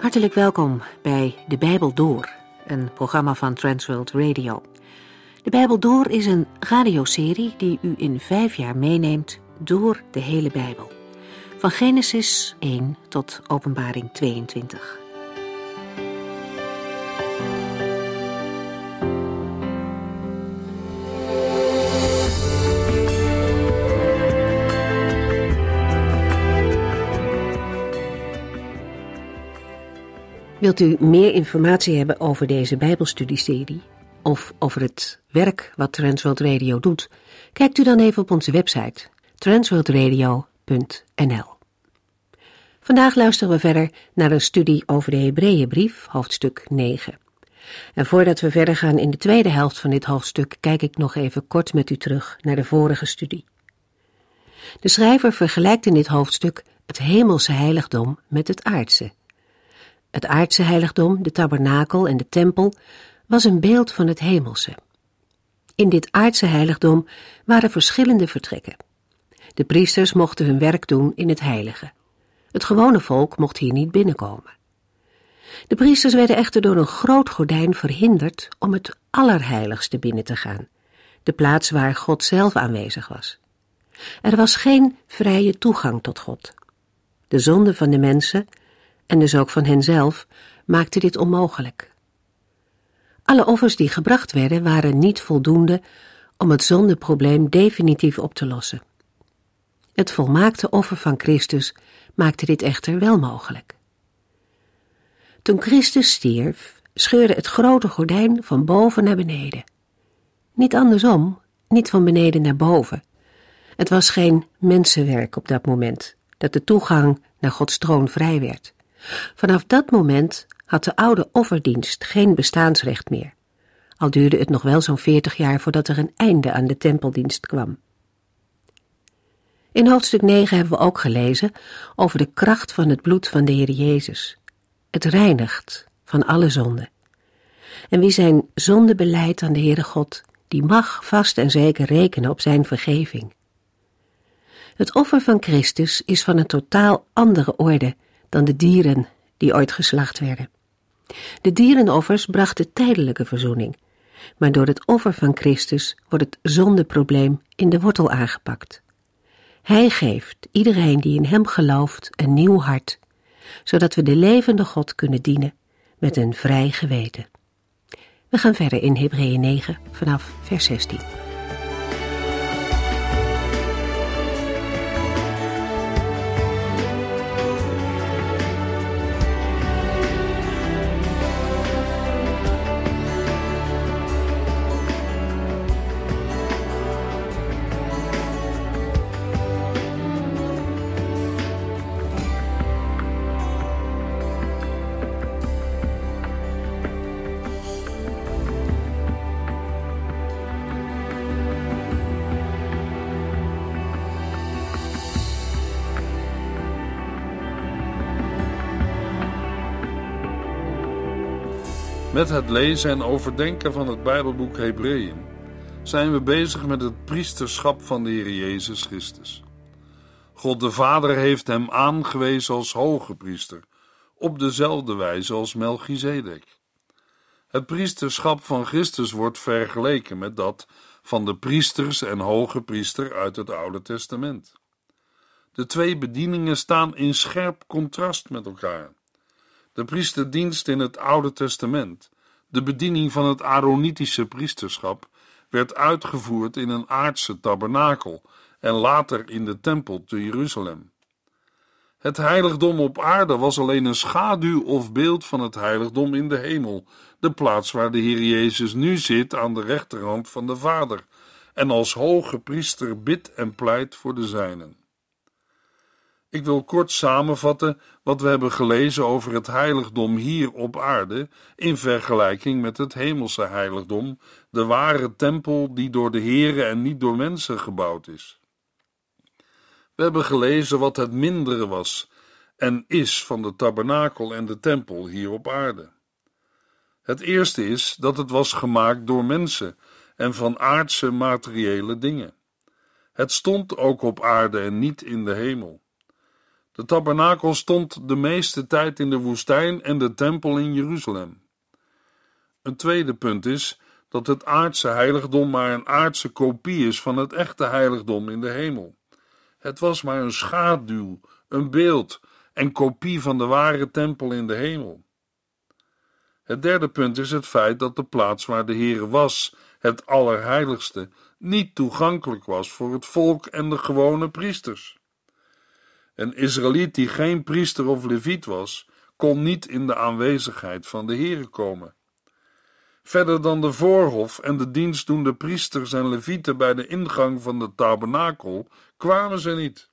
Hartelijk welkom bij De Bijbel Door, een programma van Transworld Radio. De Bijbel Door is een radioserie die u in 5 jaar meeneemt door de hele Bijbel. Van Genesis 1 tot Openbaring 22. Wilt u meer informatie hebben over deze Bijbelstudieserie of over het werk wat Transworld Radio doet? Kijkt u dan even op onze website transworldradio.nl. Vandaag luisteren we verder naar een studie over de Hebreeënbrief, hoofdstuk 9. En voordat we verder gaan in de tweede helft van dit hoofdstuk, kijk ik nog even kort met u terug naar de vorige studie. De schrijver vergelijkt in dit hoofdstuk het hemelse heiligdom met het aardse. Het aardse heiligdom, de tabernakel en de tempel, was een beeld van het hemelse. In dit aardse heiligdom waren verschillende vertrekken. De priesters mochten hun werk doen in het heilige. Het gewone volk mocht hier niet binnenkomen. De priesters werden echter door een groot gordijn verhinderd om het allerheiligste binnen te gaan, de plaats waar God zelf aanwezig was. Er was geen vrije toegang tot God. De zonde van de mensen, en dus ook van henzelf, maakte dit onmogelijk. Alle offers die gebracht werden waren niet voldoende om het zondeprobleem definitief op te lossen. Het volmaakte offer van Christus maakte dit echter wel mogelijk. Toen Christus stierf, scheurde het grote gordijn van boven naar beneden. Niet andersom, niet van beneden naar boven. Het was geen mensenwerk op dat moment, dat de toegang naar Gods troon vrij werd. Vanaf dat moment had de oude offerdienst geen bestaansrecht meer, al duurde het nog wel zo'n 40 jaar voordat er een einde aan de tempeldienst kwam. In hoofdstuk 9 hebben we ook gelezen over de kracht van het bloed van de Heer Jezus. Het reinigt van alle zonde. En wie zijn zonde belijdt aan de Heere God, die mag vast en zeker rekenen op zijn vergeving. Het offer van Christus is van een totaal andere orde dan de dieren die ooit geslacht werden. De dierenoffers brachten tijdelijke verzoening, maar door het offer van Christus wordt het zondeprobleem in de wortel aangepakt. Hij geeft iedereen die in hem gelooft een nieuw hart, zodat we de levende God kunnen dienen met een vrij geweten. We gaan verder in Hebreeën 9 vanaf vers 16. Met het lezen en overdenken van het Bijbelboek Hebreeën zijn we bezig met het priesterschap van de Heer Jezus Christus. God de Vader heeft hem aangewezen als hoge priester, op dezelfde wijze als Melchizedek. Het priesterschap van Christus wordt vergeleken met dat van de priesters en hoge priester uit het Oude Testament. De twee bedieningen staan in scherp contrast met elkaar. De priesterdienst in het Oude Testament, de bediening van het Aaronitische priesterschap, werd uitgevoerd in een aardse tabernakel en later in de tempel te Jeruzalem. Het heiligdom op aarde was alleen een schaduw of beeld van het heiligdom in de hemel, de plaats waar de Heer Jezus nu zit aan de rechterhand van de Vader en als hoge priester bidt en pleit voor de zijnen. Ik wil kort samenvatten wat we hebben gelezen over het heiligdom hier op aarde in vergelijking met het hemelse heiligdom, de ware tempel die door de Heere en niet door mensen gebouwd is. We hebben gelezen wat het mindere was en is van de tabernakel en de tempel hier op aarde. Het eerste is dat het was gemaakt door mensen en van aardse materiële dingen. Het stond ook op aarde en niet in de hemel. De tabernakel stond de meeste tijd in de woestijn en de tempel in Jeruzalem. Een tweede punt is dat het aardse heiligdom maar een aardse kopie is van het echte heiligdom in de hemel. Het was maar een schaduw, een beeld en kopie van de ware tempel in de hemel. Het derde punt is het feit dat de plaats waar de Heere was, het allerheiligste, niet toegankelijk was voor het volk en de gewone priesters. Een Israëliet die geen priester of leviet was, kon niet in de aanwezigheid van de Heere komen. Verder dan de voorhof en de dienstdoende priesters en levieten bij de ingang van de tabernakel kwamen ze niet.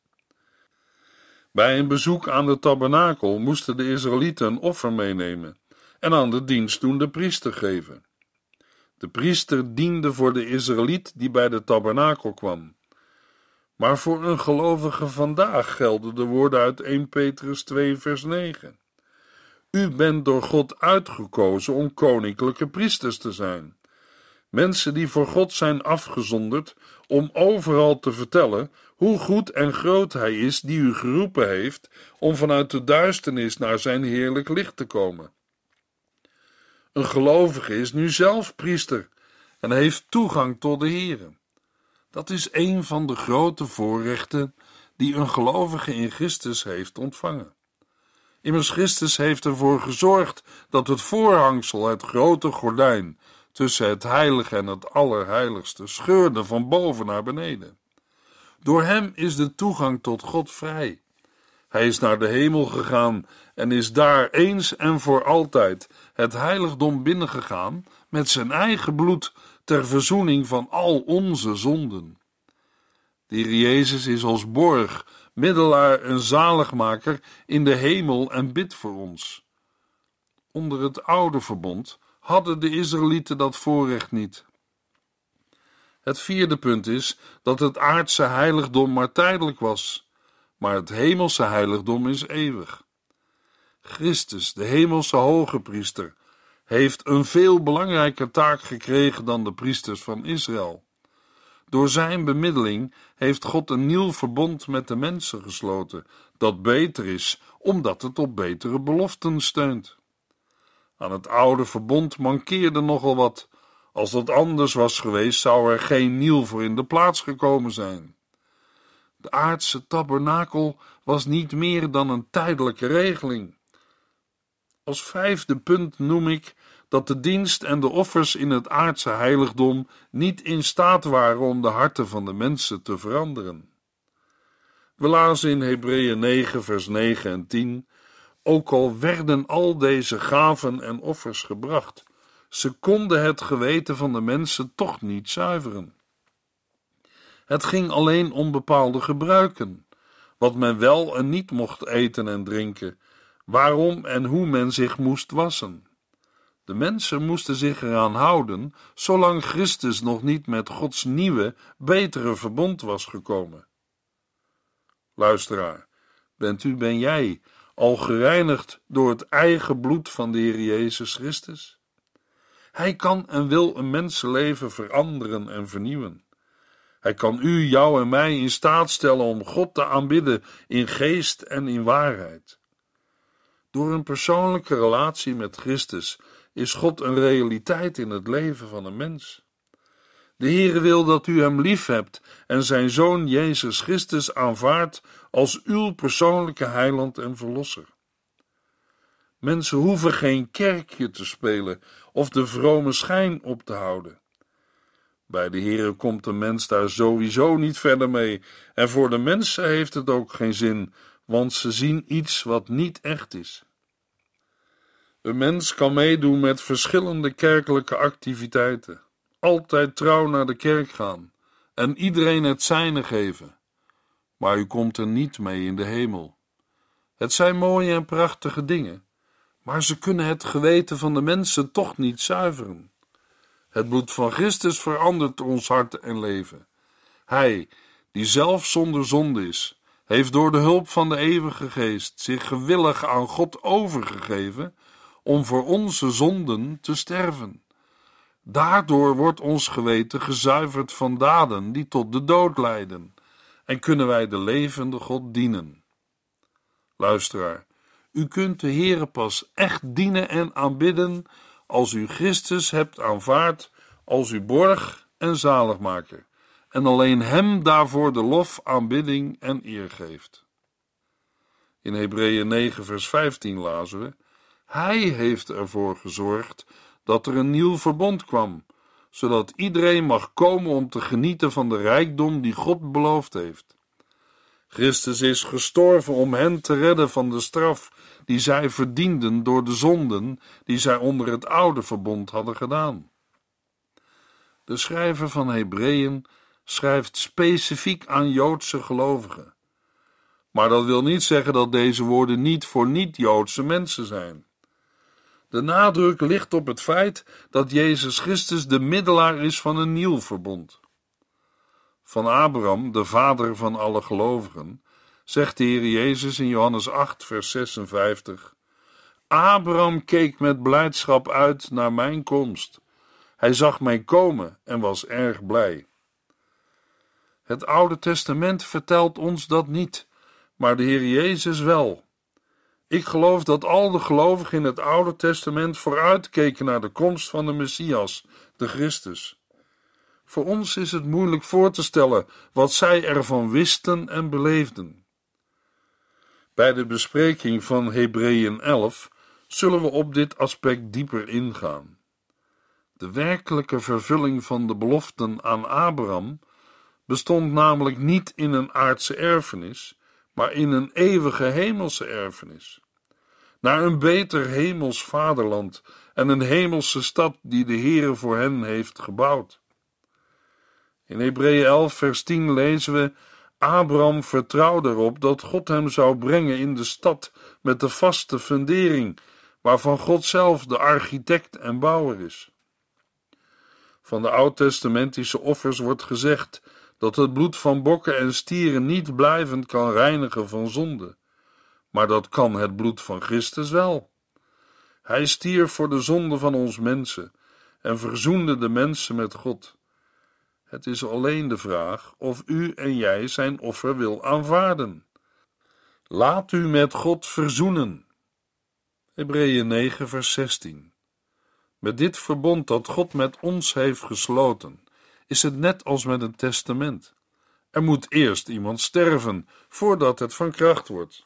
Bij een bezoek aan de tabernakel moesten de Israëlieten een offer meenemen en aan de dienstdoende priester geven. De priester diende voor de Israëliet die bij de tabernakel kwam. Maar voor een gelovige vandaag gelden de woorden uit 1 Petrus 2 vers 9. U bent door God uitgekozen om koninklijke priesters te zijn. Mensen die voor God zijn afgezonderd om overal te vertellen hoe goed en groot Hij is die u geroepen heeft om vanuit de duisternis naar zijn heerlijk licht te komen. Een gelovige is nu zelf priester en heeft toegang tot de Heere. Dat is een van de grote voorrechten die een gelovige in Christus heeft ontvangen. Immers Christus heeft ervoor gezorgd dat het voorhangsel, het grote gordijn tussen het heilige en het allerheiligste, scheurde van boven naar beneden. Door hem is de toegang tot God vrij. Hij is naar de hemel gegaan en is daar eens en voor altijd het heiligdom binnengegaan met zijn eigen bloed ter verzoening van al onze zonden. De Heer Jezus is als borg, middelaar en zaligmaker in de hemel en bidt voor ons. Onder het oude verbond hadden de Israëlieten dat voorrecht niet. Het vierde punt is dat het aardse heiligdom maar tijdelijk was, maar het hemelse heiligdom is eeuwig. Christus, de hemelse hoge priester, heeft een veel belangrijker taak gekregen dan de priesters van Israël. Door zijn bemiddeling heeft God een nieuw verbond met de mensen gesloten, dat beter is, omdat het op betere beloften steunt. Aan het oude verbond mankeerde nogal wat. Als dat anders was geweest, zou er geen nieuw voor in de plaats gekomen zijn. De aardse tabernakel was niet meer dan een tijdelijke regeling. Als vijfde punt noem ik dat de dienst en de offers in het aardse heiligdom niet in staat waren om de harten van de mensen te veranderen. We lazen in Hebreeën 9 vers 9 en 10, ook al werden al deze gaven en offers gebracht, ze konden het geweten van de mensen toch niet zuiveren. Het ging alleen om bepaalde gebruiken, wat men wel en niet mocht eten en drinken, waarom en hoe men zich moest wassen. De mensen moesten zich eraan houden, zolang Christus nog niet met Gods nieuwe, betere verbond was gekomen. Luisteraar, ben jij al gereinigd door het eigen bloed van de Heer Jezus Christus? Hij kan en wil een mensenleven veranderen en vernieuwen. Hij kan u, jou en mij in staat stellen om God te aanbidden in geest en in waarheid. Door een persoonlijke relatie met Christus is God een realiteit in het leven van een mens. De Heere wil dat u hem lief hebt en zijn Zoon Jezus Christus aanvaardt als uw persoonlijke heiland en verlosser. Mensen hoeven geen kerkje te spelen of de vrome schijn op te houden. Bij de Heere komt de mens daar sowieso niet verder mee en voor de mensen heeft het ook geen zin, want ze zien iets wat niet echt is. Een mens kan meedoen met verschillende kerkelijke activiteiten, altijd trouw naar de kerk gaan en iedereen het zijne geven, maar u komt er niet mee in de hemel. Het zijn mooie en prachtige dingen, maar ze kunnen het geweten van de mensen toch niet zuiveren. Het bloed van Christus verandert ons hart en leven. Hij, die zelf zonder zonde is, heeft door de hulp van de eeuwige geest zich gewillig aan God overgegeven om voor onze zonden te sterven. Daardoor wordt ons geweten gezuiverd van daden die tot de dood leiden en kunnen wij de levende God dienen. Luisteraar, u kunt de Heere pas echt dienen en aanbidden als u Christus hebt aanvaard als uw borg en zaligmaker, en alleen hem daarvoor de lof, aanbidding en eer geeft. In Hebreeën 9 vers 15 lazen we: Hij heeft ervoor gezorgd dat er een nieuw verbond kwam, zodat iedereen mag komen om te genieten van de rijkdom die God beloofd heeft. Christus is gestorven om hen te redden van de straf die zij verdienden door de zonden die zij onder het oude verbond hadden gedaan. De schrijver van Hebreeën schrijft specifiek aan Joodse gelovigen. Maar dat wil niet zeggen dat deze woorden niet voor niet-Joodse mensen zijn. De nadruk ligt op het feit dat Jezus Christus de middelaar is van een nieuw verbond. Van Abraham, de vader van alle gelovigen, zegt de Heer Jezus in Johannes 8, vers 56: Abraham keek met blijdschap uit naar mijn komst. Hij zag mij komen en was erg blij. Het Oude Testament vertelt ons dat niet, maar de Heer Jezus wel. Ik geloof dat al de gelovigen in het Oude Testament vooruitkeken naar de komst van de Messias, de Christus. Voor ons is het moeilijk voor te stellen wat zij ervan wisten en beleefden. Bij de bespreking van Hebreeën 11 zullen we op dit aspect dieper ingaan. De werkelijke vervulling van de beloften aan Abraham bestond namelijk niet in een aardse erfenis, maar in een eeuwige hemelse erfenis. Naar een beter hemels vaderland en een hemelse stad die de Heere voor hen heeft gebouwd. In Hebreeën 11 vers 10 lezen we: Abraham vertrouwde erop dat God hem zou brengen in de stad met de vaste fundering, waarvan God zelf de architect en bouwer is. Van de oud-testamentische offers wordt gezegd dat het bloed van bokken en stieren niet blijvend kan reinigen van zonde, maar dat kan het bloed van Christus wel. Hij stierf voor de zonde van ons mensen en verzoende de mensen met God. Het is alleen de vraag of u en jij zijn offer wil aanvaarden. Laat u met God verzoenen. Hebreeën 9 vers 16. Met dit verbond dat God met ons heeft gesloten, is het net als met een testament. Er moet eerst iemand sterven voordat het van kracht wordt.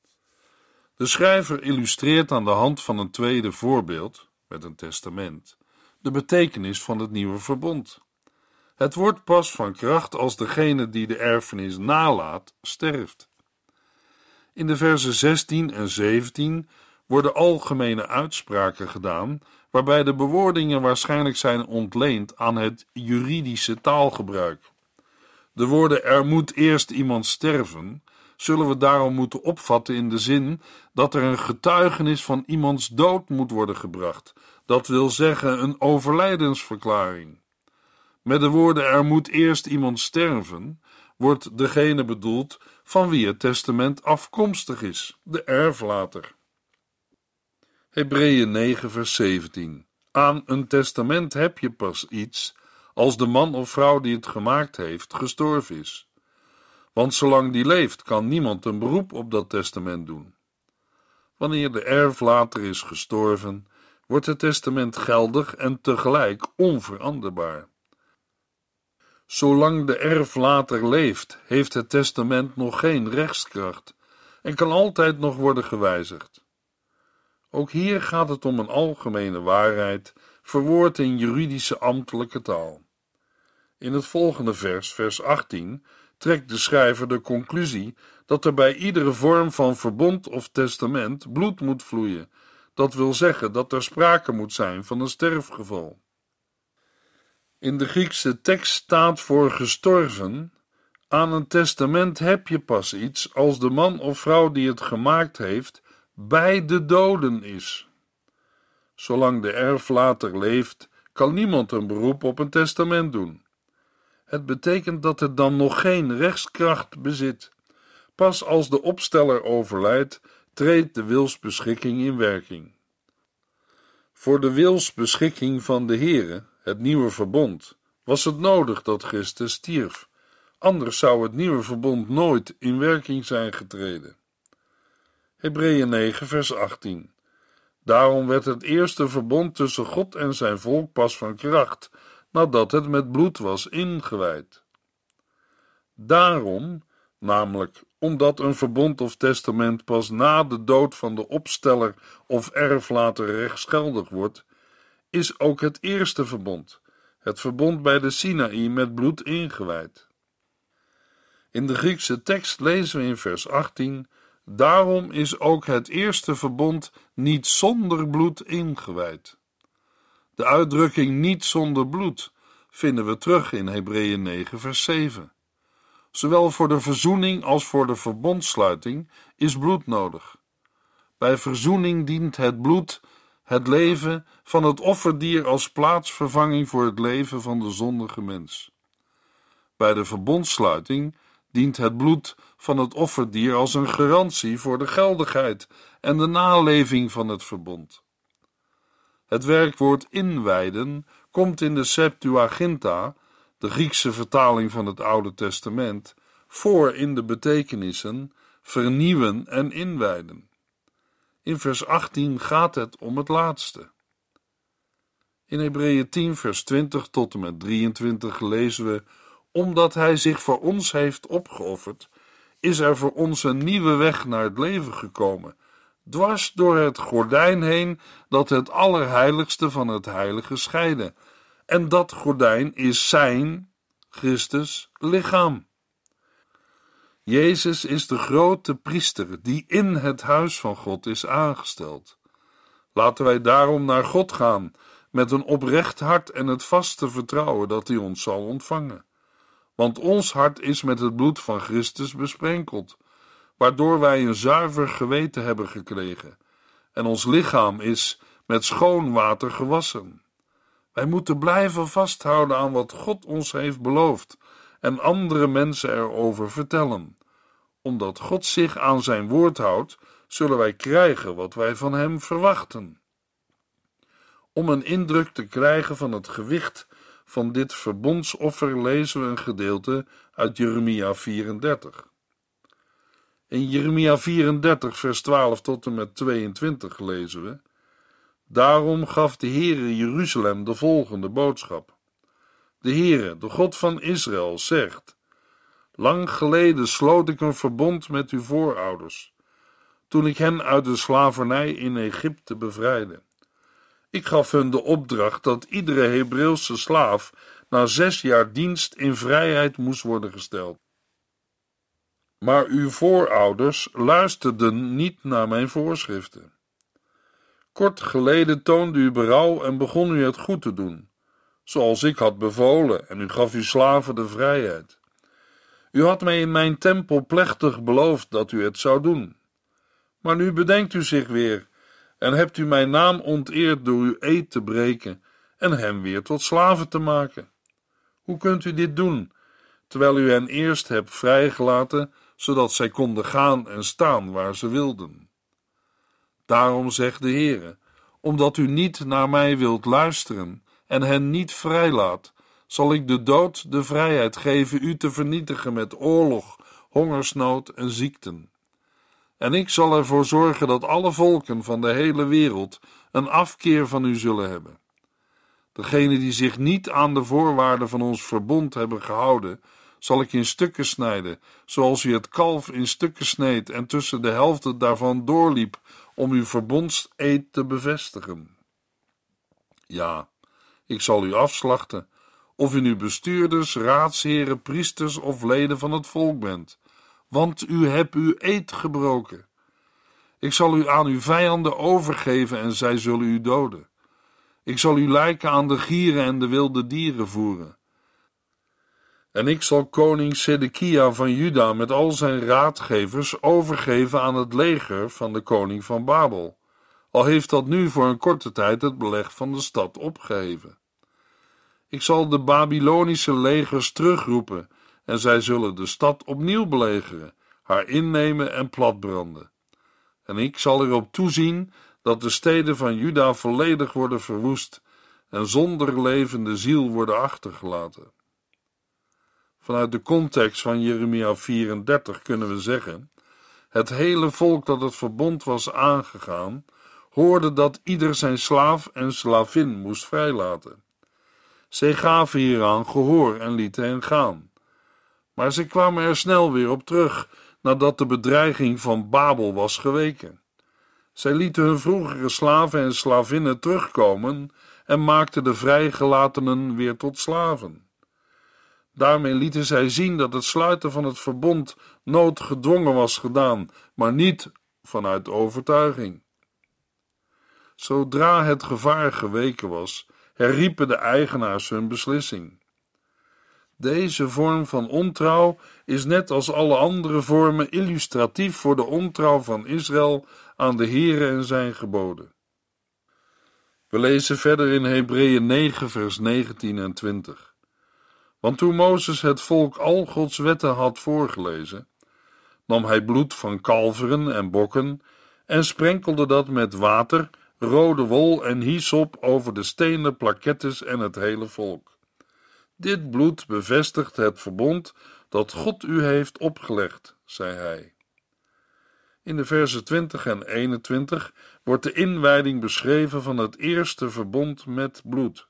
De schrijver illustreert aan de hand van een tweede voorbeeld, met een testament, de betekenis van het nieuwe verbond. Het wordt pas van kracht als degene die de erfenis nalaat, sterft. In de versen 16 en 17 worden algemene uitspraken gedaan, waarbij de bewoordingen waarschijnlijk zijn ontleend aan het juridische taalgebruik. De woorden er moet eerst iemand sterven, zullen we daarom moeten opvatten in de zin dat er een getuigenis van iemands dood moet worden gebracht, dat wil zeggen een overlijdensverklaring. Met de woorden er moet eerst iemand sterven, wordt degene bedoeld van wie het testament afkomstig is, de erflater. Hebreeën 9 vers 17. Aan een testament heb je pas iets als de man of vrouw die het gemaakt heeft gestorven is. Want zolang die leeft kan niemand een beroep op dat testament doen. Wanneer de erflater is gestorven, wordt het testament geldig en tegelijk onveranderbaar. Zolang de erflater leeft, heeft het testament nog geen rechtskracht en kan altijd nog worden gewijzigd. Ook hier gaat het om een algemene waarheid, verwoord in juridische ambtelijke taal. In het volgende vers, vers 18, trekt de schrijver de conclusie dat er bij iedere vorm van verbond of testament bloed moet vloeien. Dat wil zeggen dat er sprake moet zijn van een sterfgeval. In de Griekse tekst staat voor gestorven: aan een testament heb je pas iets als de man of vrouw die het gemaakt heeft bij de doden is. Zolang de erflater leeft, kan niemand een beroep op een testament doen. Het betekent dat het dan nog geen rechtskracht bezit. Pas als de opsteller overlijdt, treedt de wilsbeschikking in werking. Voor de wilsbeschikking van de Heere, het nieuwe verbond, was het nodig dat Christus stierf. Anders zou het nieuwe verbond nooit in werking zijn getreden. Hebreeën 9 vers 18. Daarom werd het eerste verbond tussen God en zijn volk pas van kracht, nadat het met bloed was ingewijd. Daarom, namelijk omdat een verbond of testament pas na de dood van de opsteller of erflater rechtsgeldig wordt, is ook het eerste verbond, het verbond bij de Sinaï, met bloed ingewijd. In de Griekse tekst lezen we in vers 18: daarom is ook het eerste verbond niet zonder bloed ingewijd. De uitdrukking niet zonder bloed vinden we terug in Hebreeën 9 vers 7. Zowel voor de verzoening als voor de verbondssluiting is bloed nodig. Bij verzoening dient het bloed het leven van het offerdier als plaatsvervanging voor het leven van de zondige mens. Bij de verbondssluiting dient het bloed van het offerdier als een garantie voor de geldigheid en de naleving van het verbond. Het werkwoord inwijden komt in de Septuaginta, de Griekse vertaling van het Oude Testament, voor in de betekenissen vernieuwen en inwijden. In vers 18 gaat het om het laatste. In Hebreeën 10 vers 20 tot en met 23 lezen we: omdat hij zich voor ons heeft opgeofferd, is er voor ons een nieuwe weg naar het leven gekomen, dwars door het gordijn heen dat het allerheiligste van het heilige scheidde. En dat gordijn is zijn, Christus, lichaam. Jezus is de grote priester die in het huis van God is aangesteld. Laten wij daarom naar God gaan met een oprecht hart en het vaste vertrouwen dat hij ons zal ontvangen. Want ons hart is met het bloed van Christus besprenkeld, waardoor wij een zuiver geweten hebben gekregen, en ons lichaam is met schoon water gewassen. Wij moeten blijven vasthouden aan wat God ons heeft beloofd en andere mensen erover vertellen. Omdat God zich aan zijn woord houdt, zullen wij krijgen wat wij van hem verwachten. Om een indruk te krijgen van het gewicht van dit verbondsoffer lezen we een gedeelte uit Jeremia 34. In Jeremia 34 vers 12 tot en met 22 lezen we: daarom gaf de Heere Jeruzalem de volgende boodschap. De Heere, de God van Israël, zegt: lang geleden sloot ik een verbond met uw voorouders, toen ik hen uit de slavernij in Egypte bevrijdde. Ik gaf hun de opdracht dat iedere Hebreeuwse slaaf na 6 jaar dienst in vrijheid moest worden gesteld. Maar uw voorouders luisterden niet naar mijn voorschriften. Kort geleden toonde u berouw en begon u het goed te doen, zoals ik had bevolen, en u gaf uw slaven de vrijheid. U had mij in mijn tempel plechtig beloofd dat u het zou doen. Maar nu bedenkt u zich weer en hebt u mijn naam onteerd door uw eed te breken en hen weer tot slaven te maken. Hoe kunt u dit doen, terwijl u hen eerst hebt vrijgelaten, zodat zij konden gaan en staan waar ze wilden? Daarom zegt de Heere: omdat u niet naar mij wilt luisteren en hen niet vrijlaat, zal ik de dood de vrijheid geven u te vernietigen met oorlog, hongersnood en ziekten. En ik zal ervoor zorgen dat alle volken van de hele wereld een afkeer van u zullen hebben. Degenen die zich niet aan de voorwaarden van ons verbond hebben gehouden, zal ik in stukken snijden, zoals u het kalf in stukken sneed en tussen de helften daarvan doorliep om uw verbondseed te bevestigen. Ja, ik zal u afslachten, of u nu bestuurders, raadsheren, priesters of leden van het volk bent, want u hebt uw eed gebroken. Ik zal u aan uw vijanden overgeven en zij zullen u doden. Ik zal uw lijken aan de gieren en de wilde dieren voeren. En ik zal koning Sedekia van Juda met al zijn raadgevers overgeven aan het leger van de koning van Babel, al heeft dat nu voor een korte tijd het beleg van de stad opgeheven. Ik zal de Babylonische legers terugroepen en zij zullen de stad opnieuw belegeren, haar innemen en platbranden. En ik zal erop toezien dat de steden van Juda volledig worden verwoest en zonder levende ziel worden achtergelaten. Vanuit de context van Jeremia 34 kunnen we zeggen: Het hele volk dat het verbond was aangegaan, hoorde dat ieder zijn slaaf en slavin moest vrijlaten. Zij gaven hieraan gehoor en lieten hen gaan. Maar ze kwamen er snel weer op terug, nadat de bedreiging van Babel was geweken. Zij lieten hun vroegere slaven en slavinnen terugkomen en maakten de vrijgelatenen weer tot slaven. Daarmee lieten zij zien dat het sluiten van het verbond noodgedwongen was gedaan, maar niet vanuit overtuiging. Zodra het gevaar geweken was, herriepen de eigenaars hun beslissing. Deze vorm van ontrouw is net als alle andere vormen illustratief voor de ontrouw van Israël aan de Here en zijn geboden. We lezen verder in Hebreeën 9 vers 19 en 20. Want toen Mozes het volk al Gods wetten had voorgelezen, nam hij bloed van kalveren en bokken en sprenkelde dat met water, rode wol en hyssop over de stenen plakettes en het hele volk. Dit bloed bevestigt het verbond dat God u heeft opgelegd, zei hij. In de versen 20 en 21 wordt de inwijding beschreven van het eerste verbond met bloed.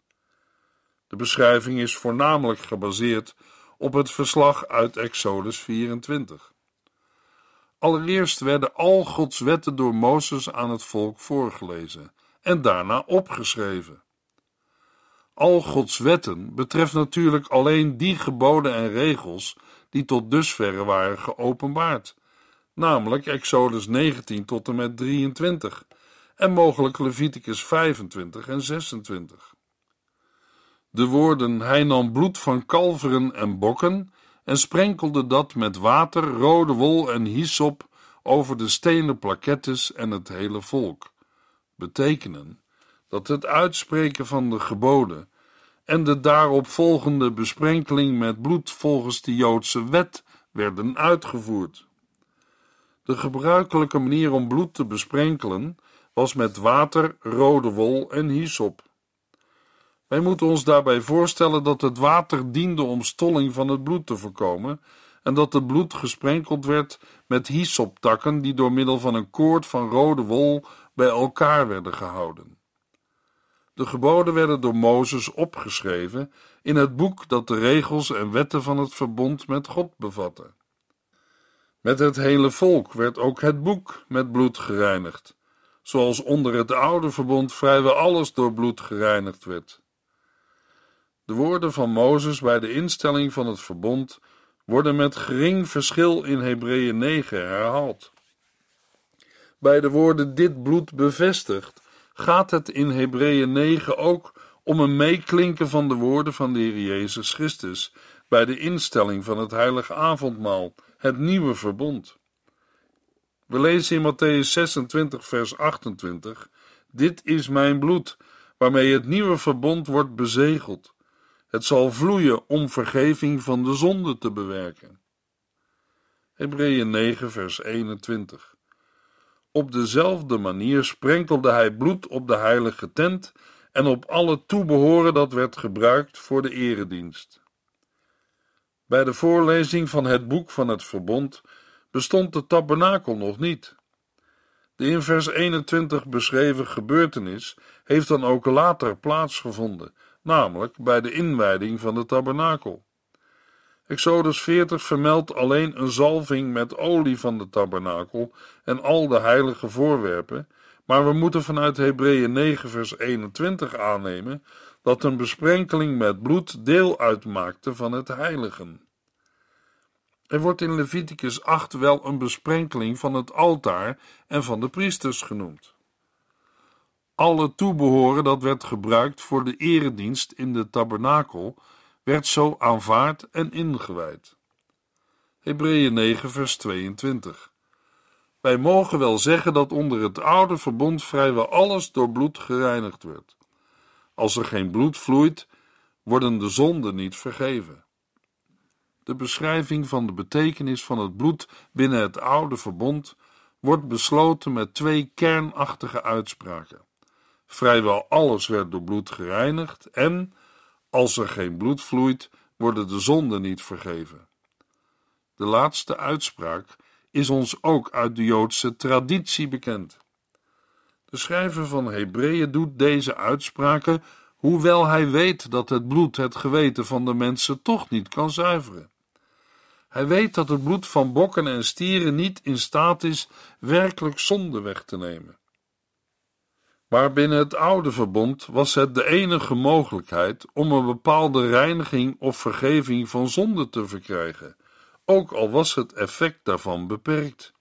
De beschrijving is voornamelijk gebaseerd op het verslag uit Exodus 24. Allereerst werden al Gods wetten door Mozes aan het volk voorgelezen en daarna opgeschreven. Al Gods wetten betreft natuurlijk alleen die geboden en regels die tot dusverre waren geopenbaard, namelijk Exodus 19 tot en met 23 en mogelijk Leviticus 25 en 26. De woorden: hij nam bloed van kalveren en bokken en sprenkelde dat met water, rode wol en hyssop over de stenen plakettes en het hele volk, betekenen dat het uitspreken van de geboden en de daarop volgende besprenkeling met bloed volgens de Joodse wet werden uitgevoerd. De gebruikelijke manier om bloed te besprenkelen was met water, rode wol en hyssop. Wij moeten ons daarbij voorstellen dat het water diende om stolling van het bloed te voorkomen en dat het bloed gesprenkeld werd met hyssoptakken die door middel van een koord van rode wol bij elkaar werden gehouden. De geboden werden door Mozes opgeschreven in het boek dat de regels en wetten van het verbond met God bevatte. Met het hele volk werd ook het boek met bloed gereinigd, zoals onder het oude verbond vrijwel alles door bloed gereinigd werd. De woorden van Mozes bij de instelling van het verbond worden met gering verschil in Hebreeën 9 herhaald. Bij de woorden dit bloed bevestigt gaat het in Hebreeën 9 ook om een meeklinken van de woorden van de Heer Jezus Christus bij de instelling van het heilige avondmaal, het nieuwe verbond. We lezen in Mattheüs 26 vers 28: dit is mijn bloed, waarmee het nieuwe verbond wordt bezegeld. Het zal vloeien om vergeving van de zonde te bewerken. Hebreeën 9 vers 21. Op dezelfde manier sprenkelde hij bloed op de heilige tent en op alle toebehoren dat werd gebruikt voor de eredienst. Bij de voorlezing van het boek van het verbond bestond de tabernakel nog niet. De in vers 21 beschreven gebeurtenis heeft dan ook later plaatsgevonden, namelijk bij de inwijding van de tabernakel. Exodus 40 vermeldt alleen een zalving met olie van de tabernakel en al de heilige voorwerpen, maar we moeten vanuit Hebreeën 9 vers 21 aannemen dat een besprenkeling met bloed deel uitmaakte van het heiligen. Er wordt in Leviticus 8 wel een besprenkeling van het altaar en van de priesters genoemd. Alle toebehoren dat werd gebruikt voor de eredienst in de tabernakel werd zo aanvaard en ingewijd. Hebreeën 9 vers 22. Wij mogen wel zeggen dat onder het oude verbond vrijwel alles door bloed gereinigd werd. Als er geen bloed vloeit, worden de zonden niet vergeven. De beschrijving van de betekenis van het bloed binnen het oude verbond wordt besloten met twee kernachtige uitspraken. Vrijwel alles werd door bloed gereinigd en, als er geen bloed vloeit, worden de zonden niet vergeven. De laatste uitspraak is ons ook uit de Joodse traditie bekend. De schrijver van Hebreeën doet deze uitspraken, hoewel hij weet dat het bloed het geweten van de mensen toch niet kan zuiveren. Hij weet dat het bloed van bokken en stieren niet in staat is werkelijk zonde weg te nemen. Maar binnen het oude verbond was het de enige mogelijkheid om een bepaalde reiniging of vergeving van zonde te verkrijgen, ook al was het effect daarvan beperkt.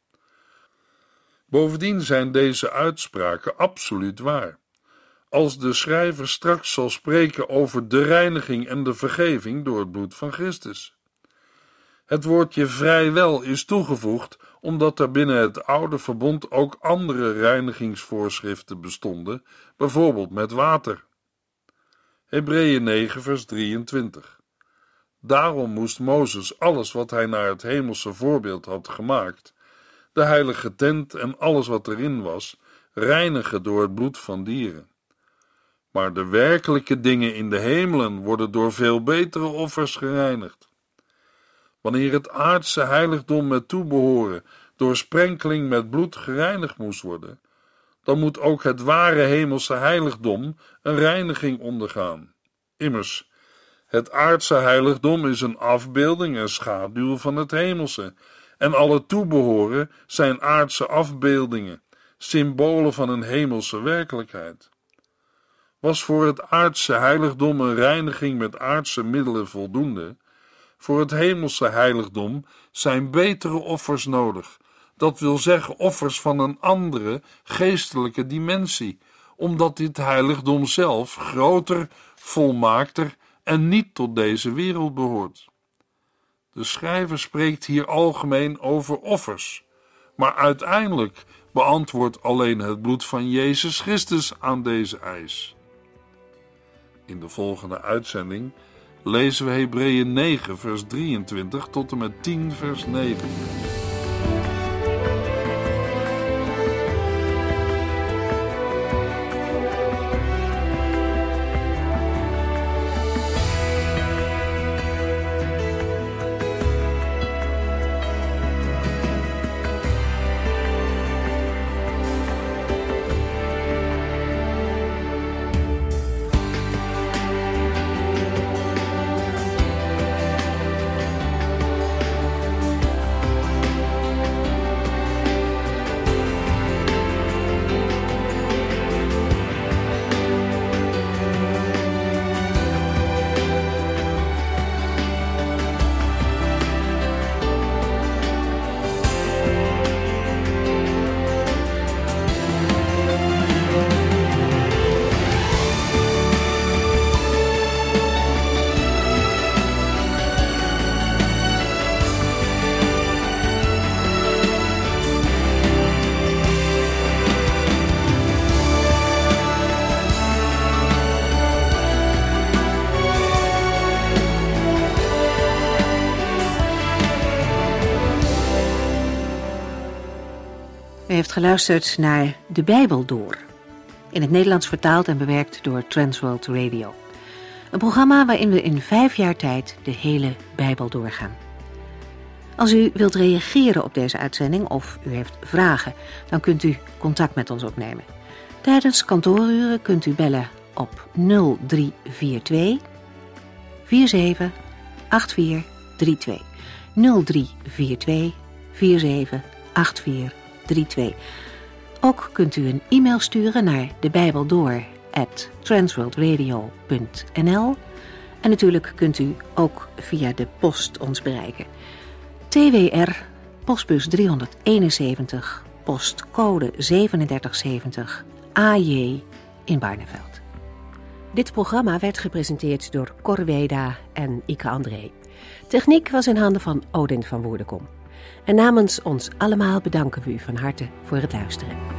Bovendien zijn deze uitspraken absoluut waar. Als de schrijver straks zal spreken over de reiniging en de vergeving door het bloed van Christus. Het woordje vrijwel is toegevoegd omdat er binnen het oude verbond ook andere reinigingsvoorschriften bestonden, bijvoorbeeld met water. Hebreeën 9 vers 23. Daarom moest Mozes alles wat hij naar het hemelse voorbeeld had gemaakt, de heilige tent en alles wat erin was, reinigen door het bloed van dieren. Maar de werkelijke dingen in de hemelen worden door veel betere offers gereinigd. Wanneer het aardse heiligdom met toebehoren door sprenkeling met bloed gereinigd moest worden, dan moet ook het ware hemelse heiligdom een reiniging ondergaan. Immers, het aardse heiligdom is een afbeelding en schaduw van het hemelse, en alle toebehoren zijn aardse afbeeldingen, symbolen van een hemelse werkelijkheid. Was voor het aardse heiligdom een reiniging met aardse middelen voldoende, voor het hemelse heiligdom zijn betere offers nodig. Dat wil zeggen offers van een andere, geestelijke dimensie, omdat dit heiligdom zelf groter, volmaakter en niet tot deze wereld behoort. De schrijver spreekt hier algemeen over offers, maar uiteindelijk beantwoordt alleen het bloed van Jezus Christus aan deze eis. In de volgende uitzending lezen we Hebreeën 9 vers 23 tot en met 10 vers 9. U heeft geluisterd naar De Bijbel Door, in het Nederlands vertaald en bewerkt door Transworld Radio. Een programma waarin we in 5 jaar tijd de hele Bijbel doorgaan. Als u wilt reageren op deze uitzending of u heeft vragen, dan kunt u contact met ons opnemen. Tijdens kantooruren kunt u bellen op 0342 47 8432. 0342 47 8432. Ook kunt u een e-mail sturen naar debijbeldoor@transworldradio.nl en natuurlijk kunt u ook via de post ons bereiken. TWR, postbus 371, postcode 3770, AJ in Barneveld. Dit programma werd gepresenteerd door Cor Weda en Ike André. Techniek was in handen van Odin van Woerdenkom. En namens ons allemaal bedanken we u van harte voor het luisteren.